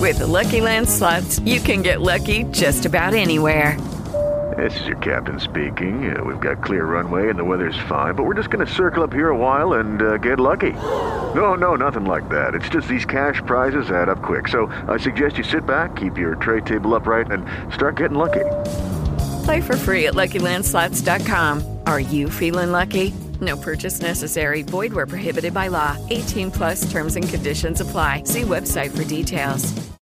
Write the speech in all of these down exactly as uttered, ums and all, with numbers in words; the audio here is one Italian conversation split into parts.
With the Lucky Land Slots, you can get lucky just about anywhere. This is your captain speaking. Uh, we've got clear runway and the weather's fine, but we're just going to circle up here a while and uh, get lucky. No, no, nothing like that. It's just these cash prizes add up quick. So I suggest you sit back, keep your tray table upright, and start getting lucky. Play for free at Lucky Land Slots dot com. Are you feeling lucky? No purchase necessary. Void where prohibited by law. eighteen plus terms and conditions apply. See website for details.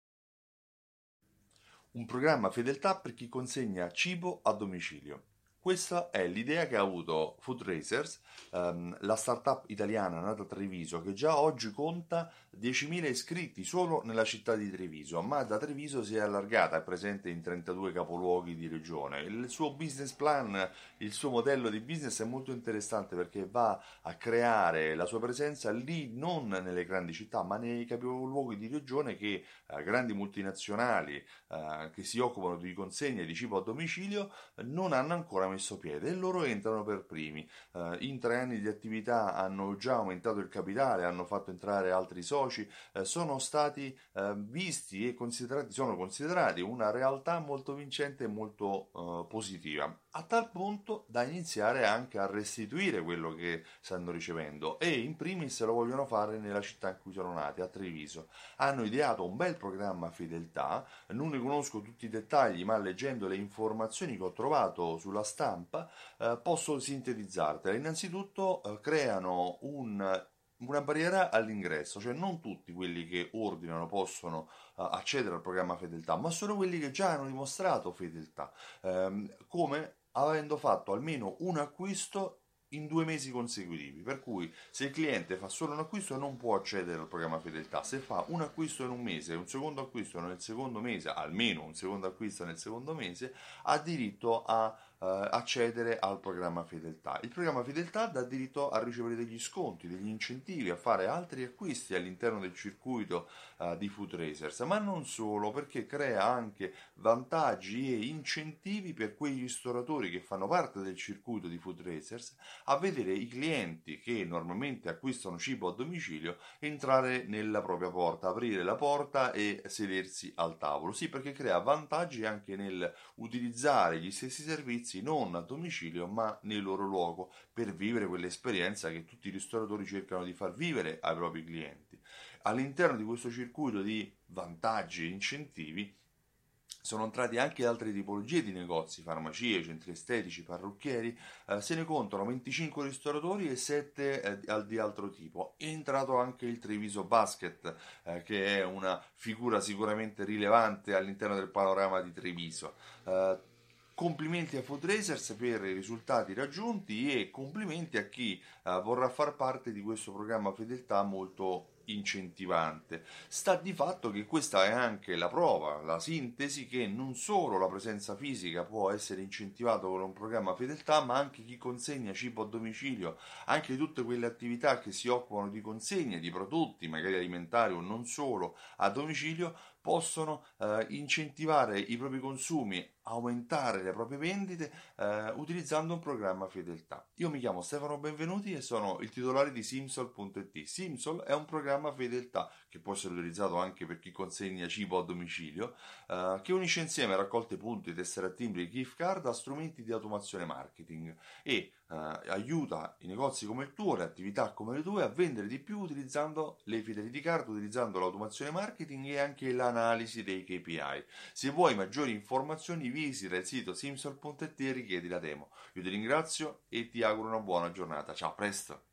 Un programma fedeltà per chi consegna cibo a domicilio. Questa è l'idea che ha avuto Food Racers, ehm, la startup italiana nata a Treviso, che già oggi conta diecimila iscritti solo nella città di Treviso, ma da Treviso si è allargata, è presente in trentadue capoluoghi di regione. Il suo business plan, il suo modello di business è molto interessante perché va a creare la sua presenza lì, non nelle grandi città, ma nei capoluoghi di regione che eh, grandi multinazionali eh, che si occupano di consegne di cibo a domicilio non hanno ancora messo piede e loro entrano per primi. Uh, in tre anni di attività hanno già aumentato il capitale, hanno fatto entrare altri soci, uh, sono stati uh, visti e considerati, sono considerati una realtà molto vincente e molto uh, positiva, a tal punto da iniziare anche a restituire quello che stanno ricevendo e in primis lo vogliono fare nella città in cui sono nati, a Treviso. Hanno ideato un bel programma fedeltà, non ne conosco tutti i dettagli, ma leggendo le informazioni che ho trovato sulla stampa eh, posso sintetizzartela. Innanzitutto eh, creano un una barriera all'ingresso, cioè non tutti quelli che ordinano possono uh, accedere al programma fedeltà, ma solo quelli che già hanno dimostrato fedeltà, ehm, come avendo fatto almeno un acquisto in due mesi consecutivi, per cui se il cliente fa solo un acquisto non può accedere al programma fedeltà, se fa un acquisto in un mese e un secondo acquisto nel secondo mese, almeno un secondo acquisto nel secondo mese, ha diritto a Uh, accedere al programma fedeltà. Il programma fedeltà dà diritto a ricevere degli sconti, degli incentivi, a fare altri acquisti all'interno del circuito uh, di Food Racers, ma non solo, perché crea anche vantaggi e incentivi per quei ristoratori che fanno parte del circuito di Food Racers a vedere i clienti che normalmente acquistano cibo a domicilio entrare nella propria porta, aprire la porta e sedersi al tavolo. Sì, perché crea vantaggi anche nel utilizzare gli stessi servizi non a domicilio ma nel loro luogo, per vivere quell'esperienza che tutti i ristoratori cercano di far vivere ai propri clienti. All'interno di questo circuito di vantaggi e incentivi sono entrati anche altre tipologie di negozi, farmacie, centri estetici, parrucchieri, eh, se ne contano venticinque ristoratori e sette eh, di altro tipo. È entrato anche il Treviso Basket, eh, che è una figura sicuramente rilevante all'interno del panorama di Treviso. Eh, Complimenti a Food Racers per i risultati raggiunti e complimenti a chi uh, vorrà far parte di questo programma fedeltà molto incentivante. Sta di fatto che questa è anche la prova, la sintesi che non solo la presenza fisica può essere incentivata con un programma fedeltà, ma anche chi consegna cibo a domicilio, anche tutte quelle attività che si occupano di consegne di prodotti, magari alimentari o non solo, a domicilio, possono eh, incentivare i propri consumi, aumentare le proprie vendite eh, utilizzando un programma fedeltà. Io mi chiamo Stefano Benvenuti e sono il titolare di Simsol punto it. Simsol è un programma fedeltà che può essere utilizzato anche per chi consegna cibo a domicilio, eh, che unisce insieme raccolte punti, tessere a timbri e gift card a strumenti di automazione marketing e eh, aiuta i negozi come il tuo, le attività come le tue a vendere di più utilizzando le fidelity card, utilizzando l'automazione marketing e anche l'analisi dei K P I. Se vuoi maggiori informazioni visita il sito Simsol punto it e richiedi la demo. Io ti ringrazio e ti auguro una buona giornata. Ciao, a presto!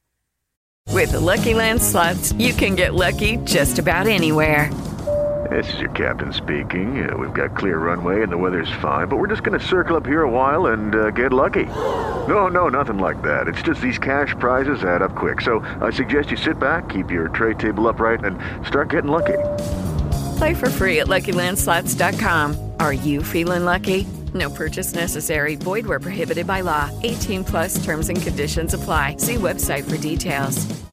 With the Lucky Land Slots, you can get lucky just about anywhere. This is your captain speaking. Uh, we've got clear runway and the weather's fine, but we're just going to circle up here a while and uh, get lucky. No, no, nothing like that. It's just these cash prizes add up quick. So I suggest you sit back, keep your tray table upright, and start getting lucky. Play for free at Lucky Land Slots dot com. Are you feeling lucky? No purchase necessary. Void where prohibited by law. eighteen plus terms and conditions apply. See website for details.